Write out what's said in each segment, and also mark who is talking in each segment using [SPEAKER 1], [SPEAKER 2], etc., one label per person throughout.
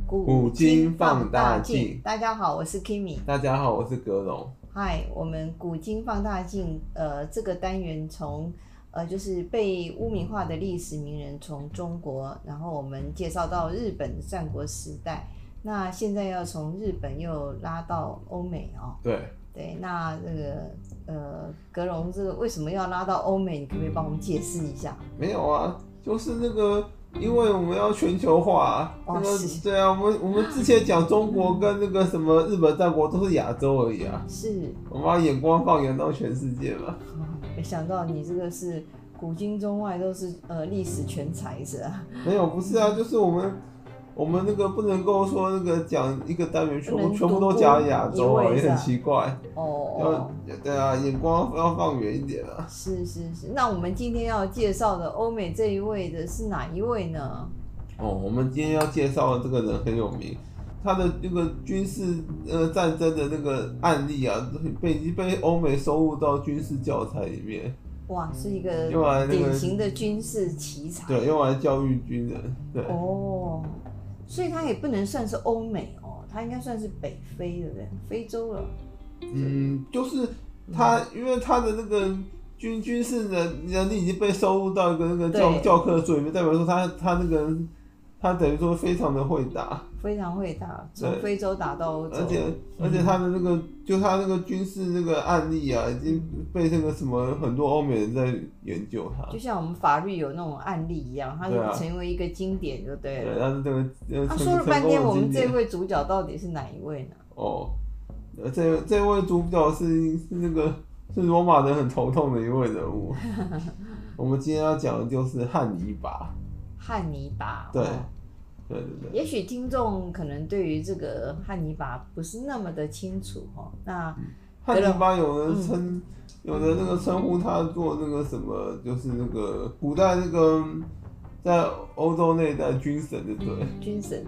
[SPEAKER 1] 古今放大镜。
[SPEAKER 2] 大家好，我是 Kimi。
[SPEAKER 1] 大家好，我是格龙。
[SPEAKER 2] 嗨，我们古今放大镜，这个单元从就是被污名化的历史名人，从中国，然后我们介绍到日本的战国时代。那现在要从日本又拉到欧美哦。对，那这个格龙，这个为什么要拉到欧美？你可不可以帮我们解释一下？
[SPEAKER 1] 没有啊，就是那个，因为我们要全球化啊。对啊，我们之前讲中国跟那个什么日本战国都是亚洲而已啊。
[SPEAKER 2] 是。
[SPEAKER 1] 我们把眼光放远到全世界嘛。
[SPEAKER 2] 没想到你这个是古今中外都是历史全才是啊。
[SPEAKER 1] 没有，不是啊，就是我们那个不能够说那个讲一个单元全部都讲亚洲啊，也很奇怪。对啊，眼光要放远一点啊。
[SPEAKER 2] 是。那我们今天要介绍的欧美这一位的是哪一位呢？
[SPEAKER 1] 我们今天要介绍的这个人很有名，他的那个军事战争的那个案例啊，已经被欧美收录到军事教材里面。
[SPEAKER 2] 哇，是一个典型的军事奇才。
[SPEAKER 1] 对，用来教育军人。对。
[SPEAKER 2] 所以他也不能算是欧美哦，他应该算是北非，对不对？非洲了。
[SPEAKER 1] 就是他，因为他的那个军事能力已经被收录到一个那个教科书里面，代表说他那个他等于说非常的会打，
[SPEAKER 2] 非常会打，从非洲打到欧洲。
[SPEAKER 1] 而且他的那个就他那个军事那个案例啊，已经被那个什么很多欧美人在研究他。
[SPEAKER 2] 就像我们法律有那种案例一样，他就成为一个经典就对了。
[SPEAKER 1] 对，但是这个
[SPEAKER 2] 他说了半天，我们这位主角到底是哪一位呢？
[SPEAKER 1] 这位主角是那个是罗马人很头痛的一位人物。我们今天要讲的就是汉尼拔。
[SPEAKER 2] 汉尼拔。
[SPEAKER 1] 对。
[SPEAKER 2] 也许听众可能对于这个汉尼拔不是那么的清楚哈。那
[SPEAKER 1] 汉尼拔有人那个称呼他做那个什么，就是那个古代那个在欧洲那一带军神，对不对？
[SPEAKER 2] 军神。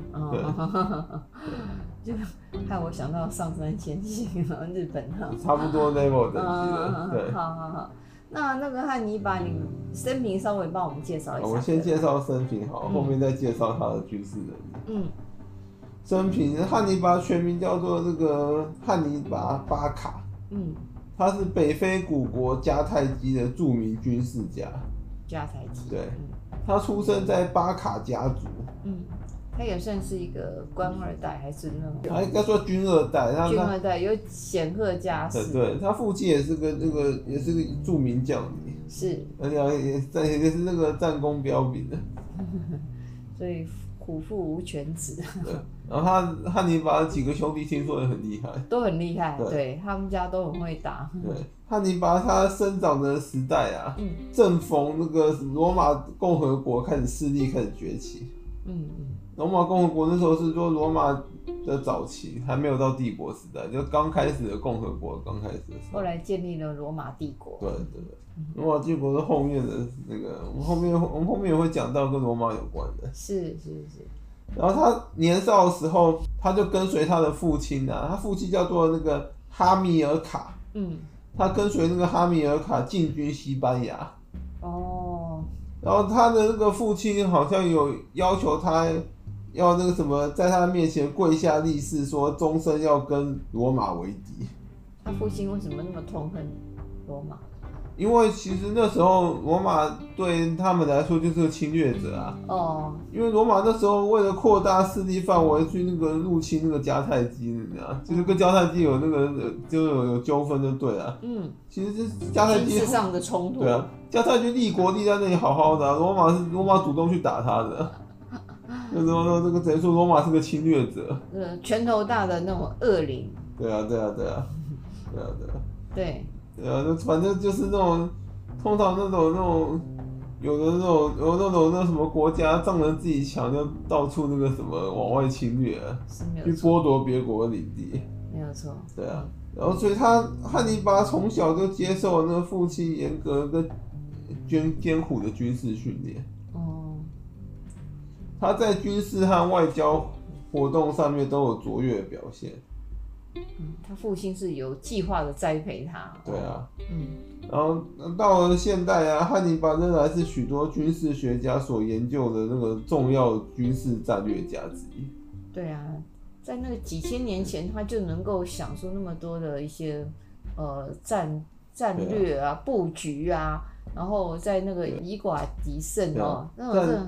[SPEAKER 2] 就害我想到上杉谦信日本
[SPEAKER 1] 差不多 level 等级的。对。
[SPEAKER 2] 好。那个汉尼拔，你生平稍微帮我们介绍一下。
[SPEAKER 1] 我先介绍生平好，后面再介绍他的军事能力。生平，汉尼拔全名叫做那个汉尼拔·巴卡。他是北非古国迦太基的著名军事家。
[SPEAKER 2] 迦太基。对。
[SPEAKER 1] 他出生在巴卡家族。
[SPEAKER 2] 他也算是一个官二代，还是那种？
[SPEAKER 1] 他应该说军二代。
[SPEAKER 2] 军二代有显赫家世。
[SPEAKER 1] 对，他父亲也是个著名将领。
[SPEAKER 2] 是。
[SPEAKER 1] 而且也是那个战功彪炳的。
[SPEAKER 2] 所以虎父无犬子。
[SPEAKER 1] 对。然后汉尼拔几个兄弟听说也很厉害。
[SPEAKER 2] 都很厉害。对，他们家都很会打。
[SPEAKER 1] 对，汉尼拔他生长的时代啊，正逢那个罗马共和国势力开始崛起。罗马共和国那时候是说罗马的早期，还没有到帝国时代，就刚开始的共和国刚开始的时候。
[SPEAKER 2] 后来建立了罗马帝国。
[SPEAKER 1] 对，罗马帝国是后面的那个，我们后面也会讲到跟罗马有关的。
[SPEAKER 2] 是。
[SPEAKER 1] 然后他年少的时候，他就跟随他的父亲啊，他父亲叫做那个哈米尔卡。他跟随那个哈米尔卡进军西班牙。然后他的那个父亲好像有要求他要那个什么，在他面前跪下立誓，说终身要跟罗马为敌。
[SPEAKER 2] 他父亲为什么那么痛恨罗马？
[SPEAKER 1] 因为其实那时候罗马对他们来说就是个侵略者啊。因为罗马那时候为了扩大势力范围，去那个入侵那个迦太基，就是跟迦太基有那个就有纠纷就对了。其实是迦太基
[SPEAKER 2] 军事上的冲突。
[SPEAKER 1] 对啊，迦太基立国立在那里好好的，罗马主动去打他的。那时候这个等于说罗马是个侵略者。
[SPEAKER 2] 拳头大的那种恶灵。
[SPEAKER 1] 对啊。
[SPEAKER 2] 对。
[SPEAKER 1] 反正就是那种，通常那种有那种什么国家仗着自己强，就到处那个什么往外侵略去剥夺别国的领地。
[SPEAKER 2] 没有错。
[SPEAKER 1] 对啊。然后所以汉尼拔从小就接受了那个父亲严格跟艰苦的军事训练。他在军事和外交活动上面都有卓越的表现。
[SPEAKER 2] 他父亲是有计划的栽培他。
[SPEAKER 1] 对啊。然后到了现代啊，汉尼拔仍然是许多军事学家所研究的那个重要军事战略家之一。
[SPEAKER 2] 对啊，在那个几千年前，他就能够想出那么多的一些战略啊、布局啊，然后在那个以寡敌胜哦，那个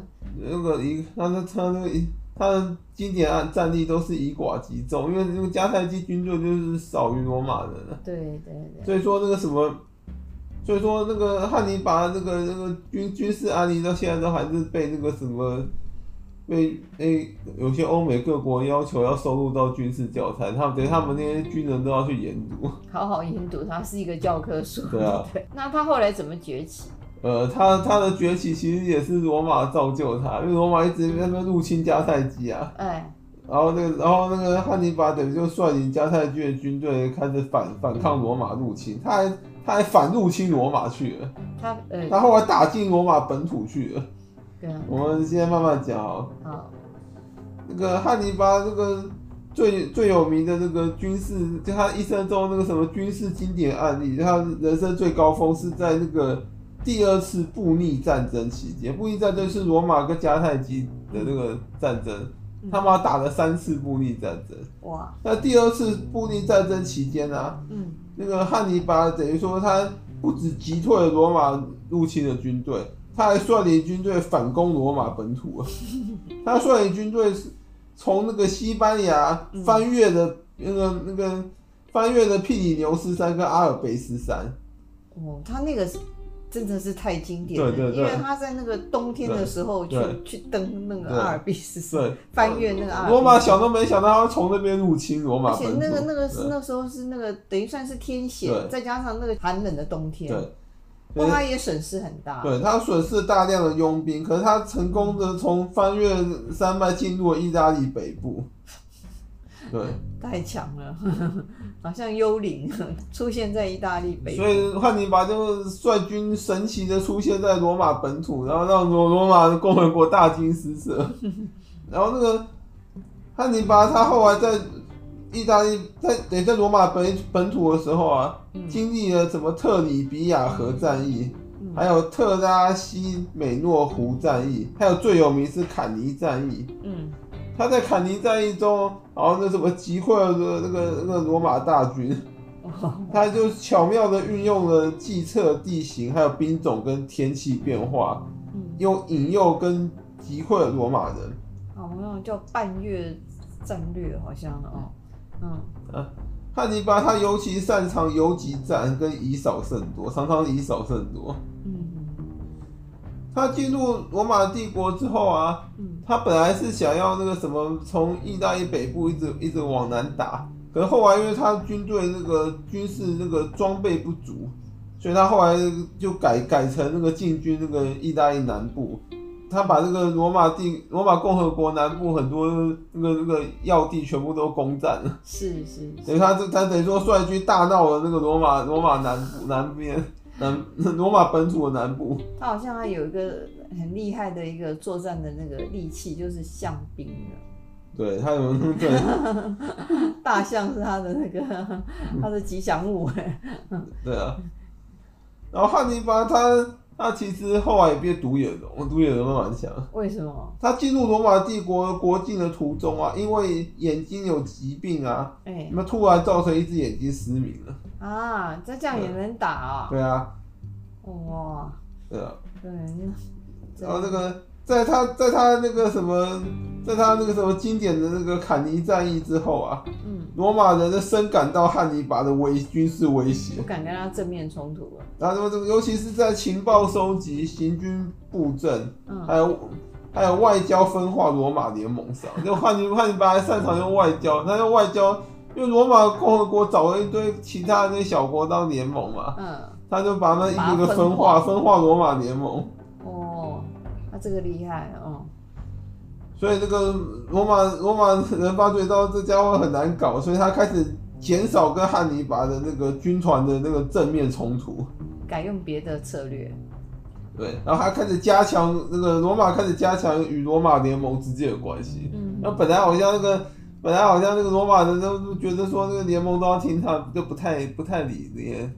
[SPEAKER 1] 他的经典战例都是以寡击众，因为那个迦太基军队就是少于罗马人了。
[SPEAKER 2] 对，
[SPEAKER 1] 所以说那个什么，所以说那个汉尼拔那个军事案例到现在都还是被那个什么。有些欧美各国要求要收录到军事教材，他们那些军人都要去研读，
[SPEAKER 2] 好好研读，它是一个教科书。
[SPEAKER 1] 对啊，
[SPEAKER 2] 对。那他后来怎么崛起？
[SPEAKER 1] 他的崛起其实也是罗马造就他，因为罗马一直在那边入侵迦太基啊，然后那个汉尼拔等于就率领迦太基的军队开始反抗罗马入侵，他还反入侵罗马去了，他后来打进罗马本土去了。我们现在慢慢讲啊。好。那个汉尼拔那个最有名的那个军事，就他一生中那个什么军事经典案例，他人生最高峰是在那个第2次布匿战争期间。布匿战争是罗马跟迦太基的那个战争，他们打了3次布匿战争。哇！那第2次布匿战争期间啊，那个汉尼拔等于说他不止击退了罗马入侵的军队。他还率领军队反攻罗马本土，他率领军队从那个西班牙翻越的翻越的庇里牛斯山跟阿尔卑斯山。
[SPEAKER 2] 哦，他那个真的是太经典了，对，因为他在那个冬天的时候去登那个阿尔卑斯山，翻越那个阿尔卑斯山。
[SPEAKER 1] 罗马想都没想到他会从那边入侵罗马本土，
[SPEAKER 2] 而且那时候是那个等于算是天险，再加上那个寒冷的冬天。对。他也损失很大，
[SPEAKER 1] 对，他损失大量的佣兵，可是他成功的从翻越山脉进入了意大利北部，对，
[SPEAKER 2] 太强了，好像幽灵出现在意大利北部。
[SPEAKER 1] 所以汉尼拔就率军神奇的出现在罗马本土，然后让罗马共和国大惊失色。然后那个汉尼拔他后来在意大利在罗马本土的时候啊，经历了什么特里比亚河战役，还有特拉西美诺湖战役，还有最有名是坎尼战役。他在坎尼战役中，然后那什么击溃了那个罗马大军，他就巧妙的运用了计测地形，还有兵种跟天气变化，用引诱跟击溃了罗马人。
[SPEAKER 2] 好像叫半月战略，好像哦。
[SPEAKER 1] 汉尼拔他尤其擅长游击战跟以少胜多，常常以少胜多。他进入罗马帝国之后啊，他本来是想要那个什么从意大利北部一直往南打，可是后来因为他军队那个军事那个装备不足，所以他后来就改成那个进军那个意大利南部。他把这个罗马共和国南部很多那个要地全部都攻占了。
[SPEAKER 2] 是。
[SPEAKER 1] 等于他等于说率军大闹了那个罗马南边罗马本土的南部。
[SPEAKER 2] 他好像还有一个很厉害的一个作战的那个利器，就是象兵的。
[SPEAKER 1] 对，他有对。
[SPEAKER 2] 大象是他的那个他的吉祥物。
[SPEAKER 1] 对啊。然后汉尼拔他其实后来也变独眼龙，独眼龙都蛮强。
[SPEAKER 2] 为什么？
[SPEAKER 1] 他进入罗马帝国国境的途中啊，因为眼睛有疾病啊，那突然造成一只眼睛失明了。
[SPEAKER 2] 啊，这样也能打啊？
[SPEAKER 1] 对啊。
[SPEAKER 2] 哇。
[SPEAKER 1] 对啊。
[SPEAKER 2] 对。
[SPEAKER 1] 然后那个在他那个什么经典的那个坎尼战役之后啊，罗马人深感到汉尼拔的军事威胁，
[SPEAKER 2] 不敢跟他正面冲突了。
[SPEAKER 1] 然后尤其是在情报收集、行军布阵，还有外交分化罗马联盟上，就汉尼拔还擅长用外交，他用外交，因为罗马共和国找了一堆其他的那些小国当联盟嘛，他就把那一个分化罗马联盟。
[SPEAKER 2] 哦，他这个厉害哦。
[SPEAKER 1] 所以那个罗马人发觉到这家伙很难搞，所以他开始减少跟汉尼拔的那个军团的那个正面冲突，
[SPEAKER 2] 改用别的策略。
[SPEAKER 1] 对，然后他开始加强罗马开始加强与罗马联盟之间的关系。那本来好像那个罗马人都觉得说那个联盟都要听他，就不太理那些。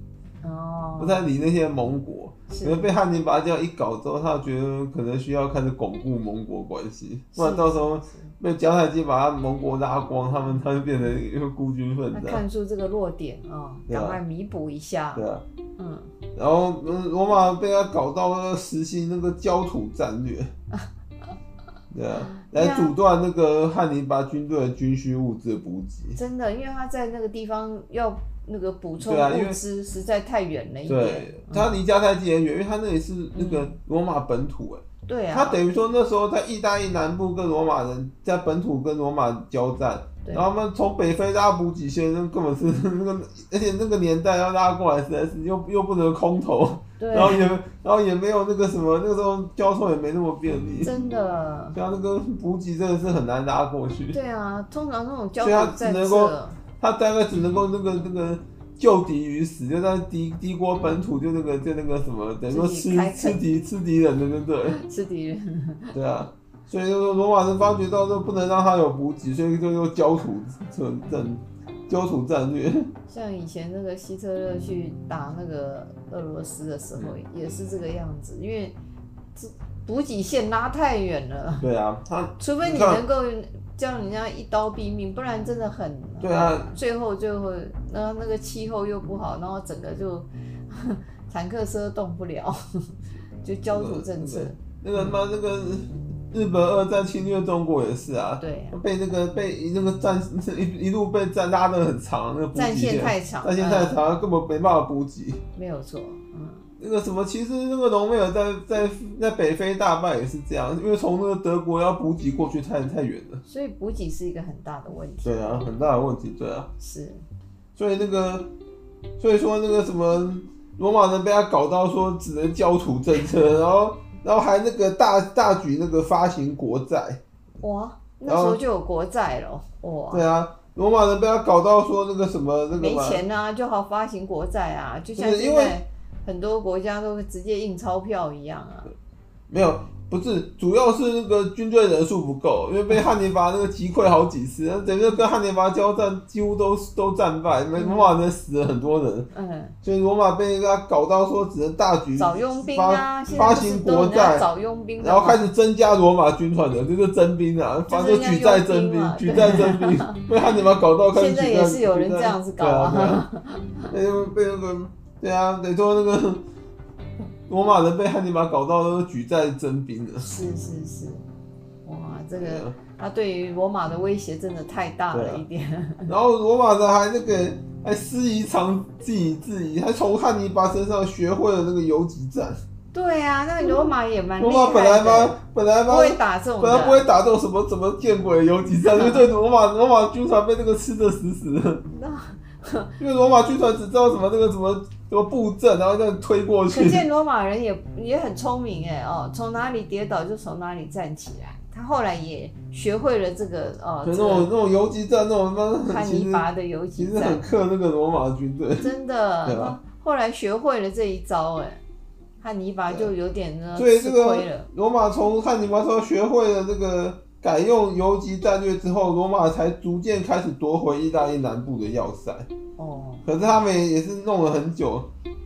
[SPEAKER 1] 不太理那些蒙国。可能被汉尼拔这样一搞之后，他觉得可能需要开始巩固蒙国关系，不然到时候被迦太基把他蒙国拉光，他就变成一个孤军奋战。
[SPEAKER 2] 他看出这个弱点赶快弥补一下。
[SPEAKER 1] 对啊，然后罗马被他搞到实行那个焦土战略。对啊，来阻断那个汉尼拔军队的军需物资的补给。
[SPEAKER 2] 真的，因为他在那个地方要那个补充物资实在太远了一点。
[SPEAKER 1] 对，他离迦太基很远，因为他那里是那个罗马本土
[SPEAKER 2] 对啊。
[SPEAKER 1] 他等于说那时候在意大利南部跟罗马人在本土跟罗马交战，然后他们从北非拉补给线，那根本是那个，而且那个年代要拉过来实在是又不能空投。然后也没有那个什么，那个时候交通也没那么便利，
[SPEAKER 2] 真的。
[SPEAKER 1] 像那个补给真的是很难拉过去。
[SPEAKER 2] 对啊，通常那种交通战车，
[SPEAKER 1] 他大概只能够那个就敌于死，就在敌国本土就那个什么，等于说吃敌人的，对不对？
[SPEAKER 2] 吃敌人。
[SPEAKER 1] 对啊，所以就罗马人发觉到不能让他有补给，所以就用焦土战略。
[SPEAKER 2] 像以前那个希特勒去打那个俄罗斯的时候，也是这个样子，因为补给线拉太远了。
[SPEAKER 1] 对啊，
[SPEAKER 2] 除非你能够叫人家一刀毙命，不然真的很。
[SPEAKER 1] 对啊。
[SPEAKER 2] 最后，那个气候又不好，然后整个就坦克车动不了，就焦土政策。
[SPEAKER 1] 那个日本二战侵略中国也是啊，
[SPEAKER 2] 对啊，
[SPEAKER 1] 被那个战一路被拉得很长，那个补给线
[SPEAKER 2] 太长，
[SPEAKER 1] 根本没办法补给。
[SPEAKER 2] 没有错，
[SPEAKER 1] 那个什么，其实那个隆美尔在北非大败也是这样，因为从那个德国要补给过去太远了，
[SPEAKER 2] 所以补给是一个很大的问题。
[SPEAKER 1] 对啊，很大的问题，对啊，
[SPEAKER 2] 是。
[SPEAKER 1] 所以说那个什么罗马人被他搞到说只能焦土政策，然后还那个大举那个发行国债。
[SPEAKER 2] 哇，那时候就有国债了。哇。
[SPEAKER 1] 对啊，罗马人被他搞到说那个什么那个
[SPEAKER 2] 没钱啊，就好发行国债啊，就像现在很多国家都直接印钞票一样啊。
[SPEAKER 1] 没有，不是，主要是那个军队人数不够，因为被汉尼拔那个击溃好几次，等于跟汉尼拔交战几乎都战败，罗马人死了很多人。所以罗马被他搞到说只能大举
[SPEAKER 2] 找佣兵啊，
[SPEAKER 1] 发行国债，
[SPEAKER 2] 找佣兵，
[SPEAKER 1] 然后开始增加罗马军团的，就是征兵啊，反正举债征兵，被汉尼拔搞到开始。
[SPEAKER 2] 现在也是有人这样子搞啊。
[SPEAKER 1] 被那个对啊，得说那个。罗马人被汉尼拔搞到都举债征兵了。
[SPEAKER 2] 是，哇，这个他对于罗马的威胁真的太大了一点。
[SPEAKER 1] 然后罗马人还师夷长技以，还从汉尼拔身上学会了那个游击战。
[SPEAKER 2] 对啊，那个罗马也蛮厉害的。
[SPEAKER 1] 罗马本来
[SPEAKER 2] 不会打这种，
[SPEAKER 1] 本来不会打这种什么见鬼的游击战，因为对罗马军团被那个吃得死的。因为罗马军团只知道什么那个什么布阵，然后这样推过去。
[SPEAKER 2] 可见罗马人也很聪明从哪里跌倒就从哪里站起来。他后来也学会了这个
[SPEAKER 1] 那种游击战，那种
[SPEAKER 2] 汉尼拔的游击战，
[SPEAKER 1] 其实很克那个罗马军队。
[SPEAKER 2] 真的，对吧？后来学会了这一招，汉尼拔就有点吃亏了。
[SPEAKER 1] 罗马从汉尼拔时候学会了这个改用游击战略之后，罗马才逐渐开始夺回意大利南部的要塞。可是他们也是弄了很久。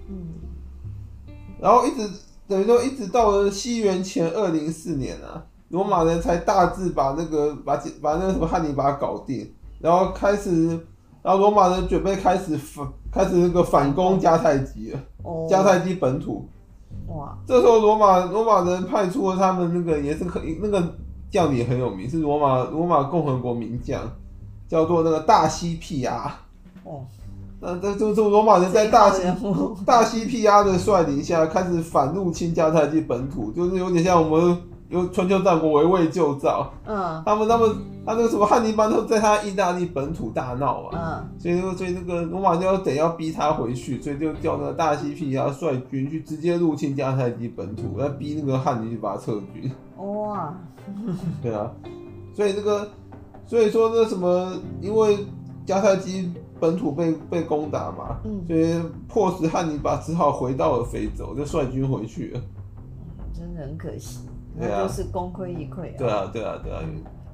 [SPEAKER 1] 然后等于说一直到了西元前204年啊，罗马人才大致把那个什么汉尼拔搞定，然后罗马人准备开始那个反攻迦太基了。迦太基本土。哇！这时候罗马人派出了他们那个也是那个将领很有名，是罗马共和国名将，叫做那个大西庇阿。那这罗马人在大西庇阿的率领下开始反入侵迦太基本土，就是有点像我们春秋战国围魏救赵。他那个什么汉尼拔都在他意大利本土大闹啊。所以那个罗马就要逼他回去，所以就叫那个大西庇阿率军去直接入侵迦太基本土，要逼那个汉尼拔撤军。哇！对啊，所以说那什么，因为迦太基本土被攻打嘛，所以迫使汉尼拔只好回到了非洲，就率军回去了。
[SPEAKER 2] 真的很可惜，那就是功亏一篑。
[SPEAKER 1] 对啊。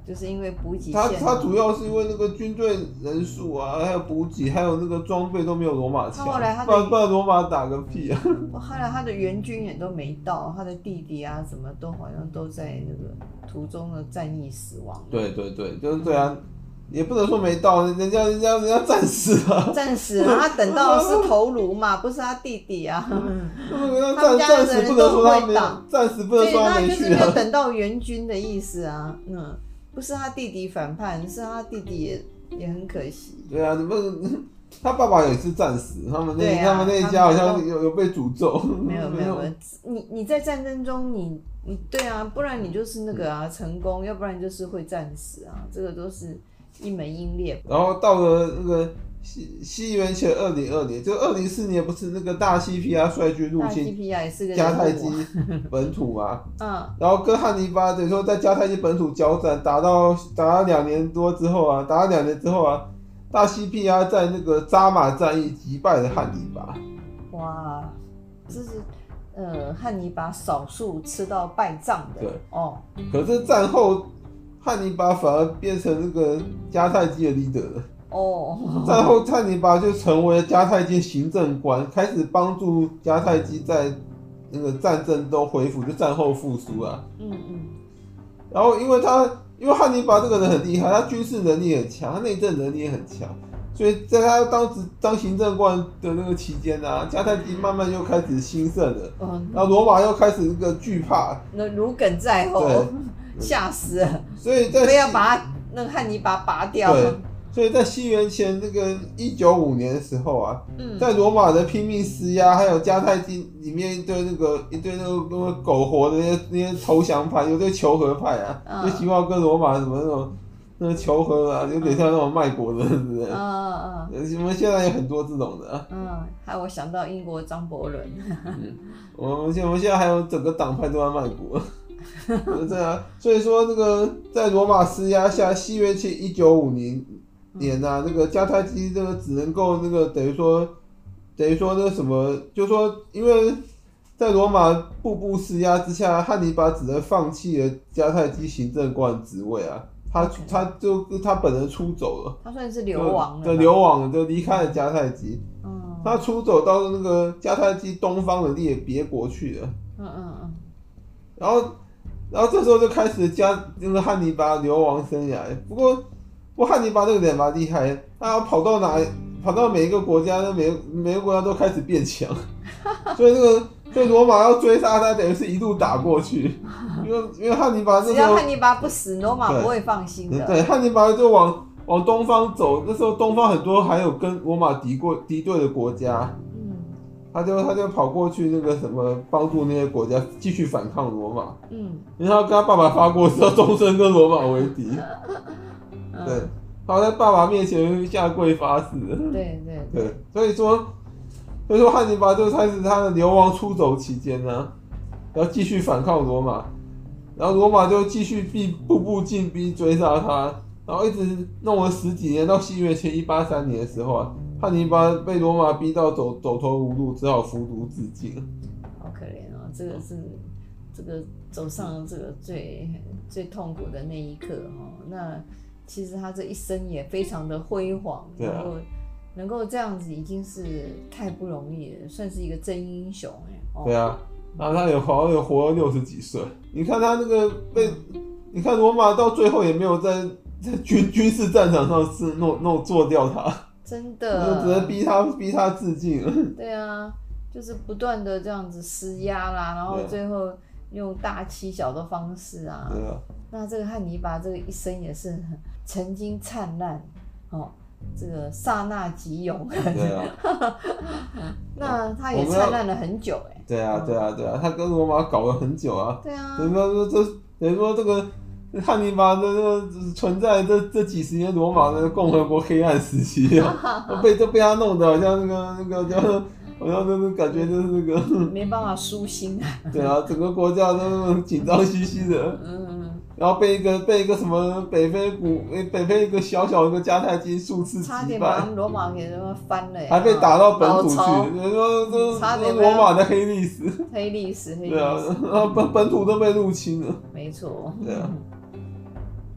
[SPEAKER 2] 就是因为补给线。
[SPEAKER 1] 他主要是因为那个军队人数啊，还有补给，还有那个装备都没有罗马强。
[SPEAKER 2] 后来
[SPEAKER 1] 不然罗马打个屁啊！
[SPEAKER 2] 后来他的援军也都没到，他的弟弟啊什么都好像都在那个途中的战役死亡。
[SPEAKER 1] 对，就是对啊。也不能说没到，人家战死了。
[SPEAKER 2] 战死了，他等到的是头颅嘛，不是他弟弟啊。他
[SPEAKER 1] 们战死不能说他没战死，不能说他没去啊。
[SPEAKER 2] 就是没有等到援军的意思啊。不是他弟弟反叛，是他弟弟也很可惜。
[SPEAKER 1] 对啊，你们他爸爸也是战死，他们那一家好像有被诅咒。
[SPEAKER 2] 没有，你在战争中你对啊，不然你就是那个啊成功，要不然就是会战死啊，这个都是一门英烈。
[SPEAKER 1] 然后到了那个西元前202年，就204年不是那个大西庇阿率军入侵迦太基本土嘛？然后跟汉尼拔等于说在迦太基本土交战，打到2年之后啊，大西庇阿在那个扎马战役击败了汉尼拔。
[SPEAKER 2] 哇，这是汉尼拔少数吃到败仗的。
[SPEAKER 1] 对哦。可是战后汉尼拔反而变成那个迦太基的 leader 了。战后汉尼拔就成为迦太基行政官，开始帮助迦太基在那个战争中恢复，就战后复苏啊。然后因为汉尼拔这个人很厉害，他军事能力很强，他内政能力也很强，所以在他当行政官的那个期间啊，迦太基慢慢又开始兴盛了。然后罗马又开始那个惧怕，
[SPEAKER 2] 那如鲠在喉，吓死了。
[SPEAKER 1] 所以
[SPEAKER 2] 要把那个汉尼拔拔掉。
[SPEAKER 1] 对。所以在西元前那个195年的时候啊，在罗马的拼命施压，还有迦太基里面一堆那个苟活的那些投降派，有对求和派啊，就希望跟罗马什么那种求和啊，有点像那种卖国的，对不对？我们现在有很多这种的啊。
[SPEAKER 2] 害我想到英国张伯伦。
[SPEAKER 1] 我们现在还有整个党派都在卖国。对啊，所以说那个在罗马施压下，西元前195年啊，那个迦太基这个只能够那个等于说那个什么，就说因为在罗马步步施压之下，汉尼拔只能放弃了迦太基行政官职位啊，他本人出走了，
[SPEAKER 2] 他算是流亡了，
[SPEAKER 1] 流亡就离开了迦太基，他出走到那个迦太基东方的别国去了，然后这时候就开始那个汉尼拔流亡生涯，不过汉尼拔这个人蛮厉害，他要跑到每一个国家，每个国家都开始变强，所以罗马要追杀他，等于是一路打过去，因为汉尼拔只
[SPEAKER 2] 要汉尼拔不死，罗马不会放心的。
[SPEAKER 1] 对，汉尼拔就往东方走，那时候东方很多还有跟罗马敌对的国家，他就跑过去那个什么帮助那些国家继续反抗罗马，因为他跟他爸爸发过誓，要终身跟罗马为敌。对，他在爸爸面前下跪发誓。
[SPEAKER 2] 对，
[SPEAKER 1] 所以说汉尼拔就开始他的流亡出走期间呢，然后继续反抗罗马，然后罗马就继续步步进逼追杀他，然后一直弄了10几年，到西元前183年的时候啊，汉尼拔被罗马逼到走投无路，只好服毒自尽。
[SPEAKER 2] 好可怜哦，这个走上了这个最痛苦的那一刻哦。那其实他这一生也非常的辉煌，能够这样子已经是太不容易了，算是一个真英雄
[SPEAKER 1] 对啊，然后他好像有活到60几岁。你看他那个你看罗马到最后也没有在军事战场上是做掉他，
[SPEAKER 2] 真的，
[SPEAKER 1] 只能逼他自尽。
[SPEAKER 2] 对啊，就是不断的这样子施压啦，然后最后用大欺小的方式啊。
[SPEAKER 1] 对啊。
[SPEAKER 2] 那这个汉尼拔这个一生也是曾经灿烂这个刹那即永恒。
[SPEAKER 1] 对啊。
[SPEAKER 2] 那他也灿烂了很久
[SPEAKER 1] 对啊，他跟罗马搞了很久啊。
[SPEAKER 2] 对啊。
[SPEAKER 1] 等于说这个汉尼拔的这个存在这几十年罗马的共和国黑暗时期啊，都被他弄得好像那个好像就是感觉就是那个
[SPEAKER 2] 没办法舒心啊。
[SPEAKER 1] 对啊，整个国家都紧张兮兮的。然后被一个什么北非一个小一个迦太基数次击败，
[SPEAKER 2] 差点把罗马给翻了，
[SPEAKER 1] 还被打到本土去，说罗马的黑历史。
[SPEAKER 2] 黑历史。
[SPEAKER 1] 对啊，然后本土都被入侵了。
[SPEAKER 2] 没错。
[SPEAKER 1] 对啊。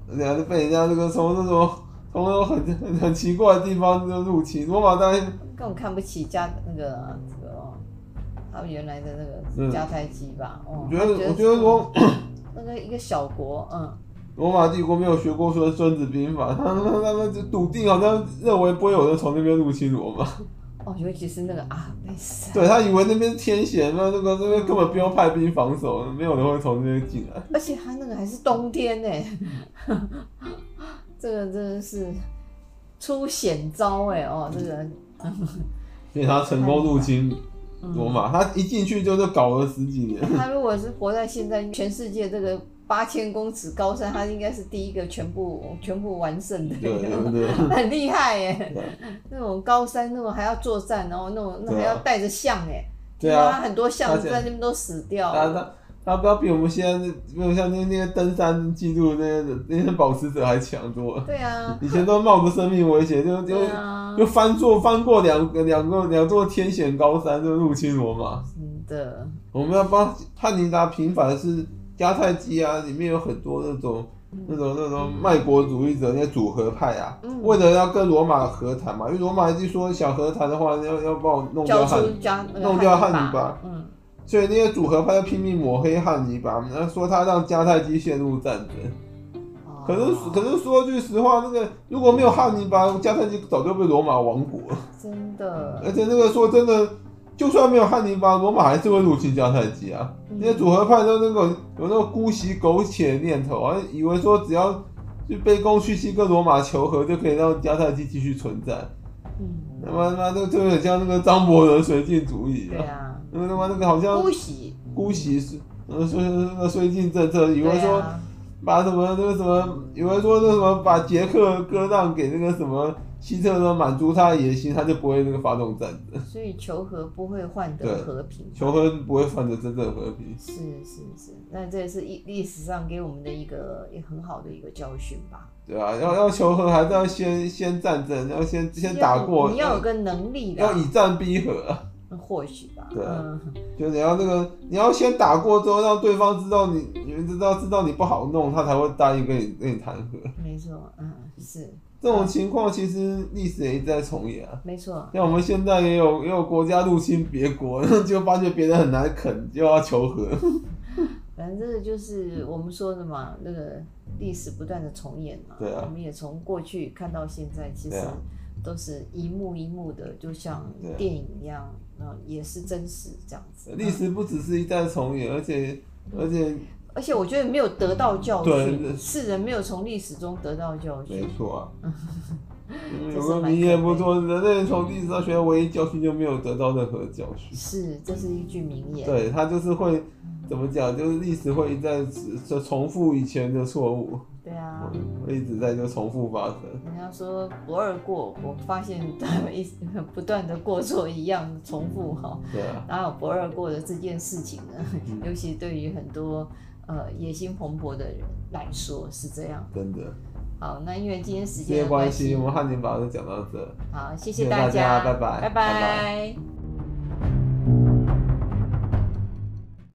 [SPEAKER 1] 人家就被人家这个从那种很奇怪的地方就入侵。罗马当然
[SPEAKER 2] 根本看不起这个他们原来的那个迦太基吧。
[SPEAKER 1] 我觉得
[SPEAKER 2] 那个一个小国，
[SPEAKER 1] 罗马帝国没有学过说《孙子兵法》，他们就笃定好像认为不会有人从那边入侵罗马。
[SPEAKER 2] 尤其是那个阿贝斯。
[SPEAKER 1] 对，他以为那边是天险，那边根本不用派兵防守，没有人会从那边进来。
[SPEAKER 2] 而且他那个还是冬天呢，这个真的是出险招哎这个。
[SPEAKER 1] 所以他成功入侵罗马，他一进去就是搞了10几年。
[SPEAKER 2] 他如果是活在现在全世界这个8000公尺高山，他应该是第一个全部完胜的，
[SPEAKER 1] 对，
[SPEAKER 2] 很厉害耶！那种高山，那种还要作战，然后那还要带着象哎，
[SPEAKER 1] 对啊，
[SPEAKER 2] 他很多象在那边都死掉。
[SPEAKER 1] 他不要比我们现在没有像那些登山记录那些保持者还强多了。
[SPEAKER 2] 对啊，
[SPEAKER 1] 以前都冒着生命危险，就翻过两座天险高山就入侵罗马。
[SPEAKER 2] 真的，
[SPEAKER 1] 我们要帮汉尼拔平反的是迦太基啊，里面有很多那种卖国主义者那些主和派啊，为了要跟罗马和谈嘛，因为罗马一说想和谈的话，要帮我弄掉汉尼拔，所以那些主和派要拼命抹黑汉尼拔，然后说他让迦太基陷入战争。可是说句实话，那个如果没有汉尼拔，迦太基早就被罗马亡国了。
[SPEAKER 2] 真的。
[SPEAKER 1] 而且那个说真的，就算没有汉尼拔，罗马还是会入侵迦太基啊。那些主和派都有那个姑息苟且的念头，以为说只要去卑躬屈膝跟罗马求和，就可以让迦太基继续存在。那么这就很像那个张伯伦绥靖主义啊。
[SPEAKER 2] 对啊。
[SPEAKER 1] 那个好像姑息是绥靖政策，以为说把以为说那什么把捷克割让给那个什么希特勒，满足他的野心，他就不会那个发动战争。
[SPEAKER 2] 所以求和不会换得和平，
[SPEAKER 1] 求和不会换得真正和平。
[SPEAKER 2] 是，那这也是历史上给我们的一个很好的一个教训吧。
[SPEAKER 1] 对啊，要求和还是要先战争，要先打过。
[SPEAKER 2] 你要有个能力的，
[SPEAKER 1] 要以战逼和。
[SPEAKER 2] 或许吧。
[SPEAKER 1] 对，就你要先打过之后，让对方知道你们知道你不好弄，他才会答应跟你谈和。
[SPEAKER 2] 没错，是。
[SPEAKER 1] 这种情况其实历史也一直在重演啊。
[SPEAKER 2] 没错。
[SPEAKER 1] 像我们现在也有国家入侵别国，就发觉别人很难啃，就要求和。
[SPEAKER 2] 反正这个就是我们说的嘛，那个历史不断的重演嘛。
[SPEAKER 1] 对啊。
[SPEAKER 2] 我们也从过去看到现在，其实都是一幕一幕的，就像电影一样，也是真实这样子。
[SPEAKER 1] 历史不只是一再重演，而
[SPEAKER 2] 且我觉得没有得到教训，世人没有从历史中得到教训。
[SPEAKER 1] 没错啊。有个名言不错，人类从历史上学到唯一教训，就没有得到任何教训。
[SPEAKER 2] 是，这是一句名言。
[SPEAKER 1] 对，他就是会怎么讲？就是历史会一再重复以前的错误。
[SPEAKER 2] 对啊，
[SPEAKER 1] 会一直在就重复发生。
[SPEAKER 2] 人家说不二过，我发现不断的过错一样重复哈。
[SPEAKER 1] 对啊。
[SPEAKER 2] 哪有不二过的这件事情呢？尤其对于很多野心蓬勃的人来说是这样。
[SPEAKER 1] 真的。
[SPEAKER 2] 好，那因为今天时间的关系，
[SPEAKER 1] 我们汉尼拔就讲到这。
[SPEAKER 2] 好，谢谢大家，
[SPEAKER 1] 拜拜，
[SPEAKER 2] 拜拜。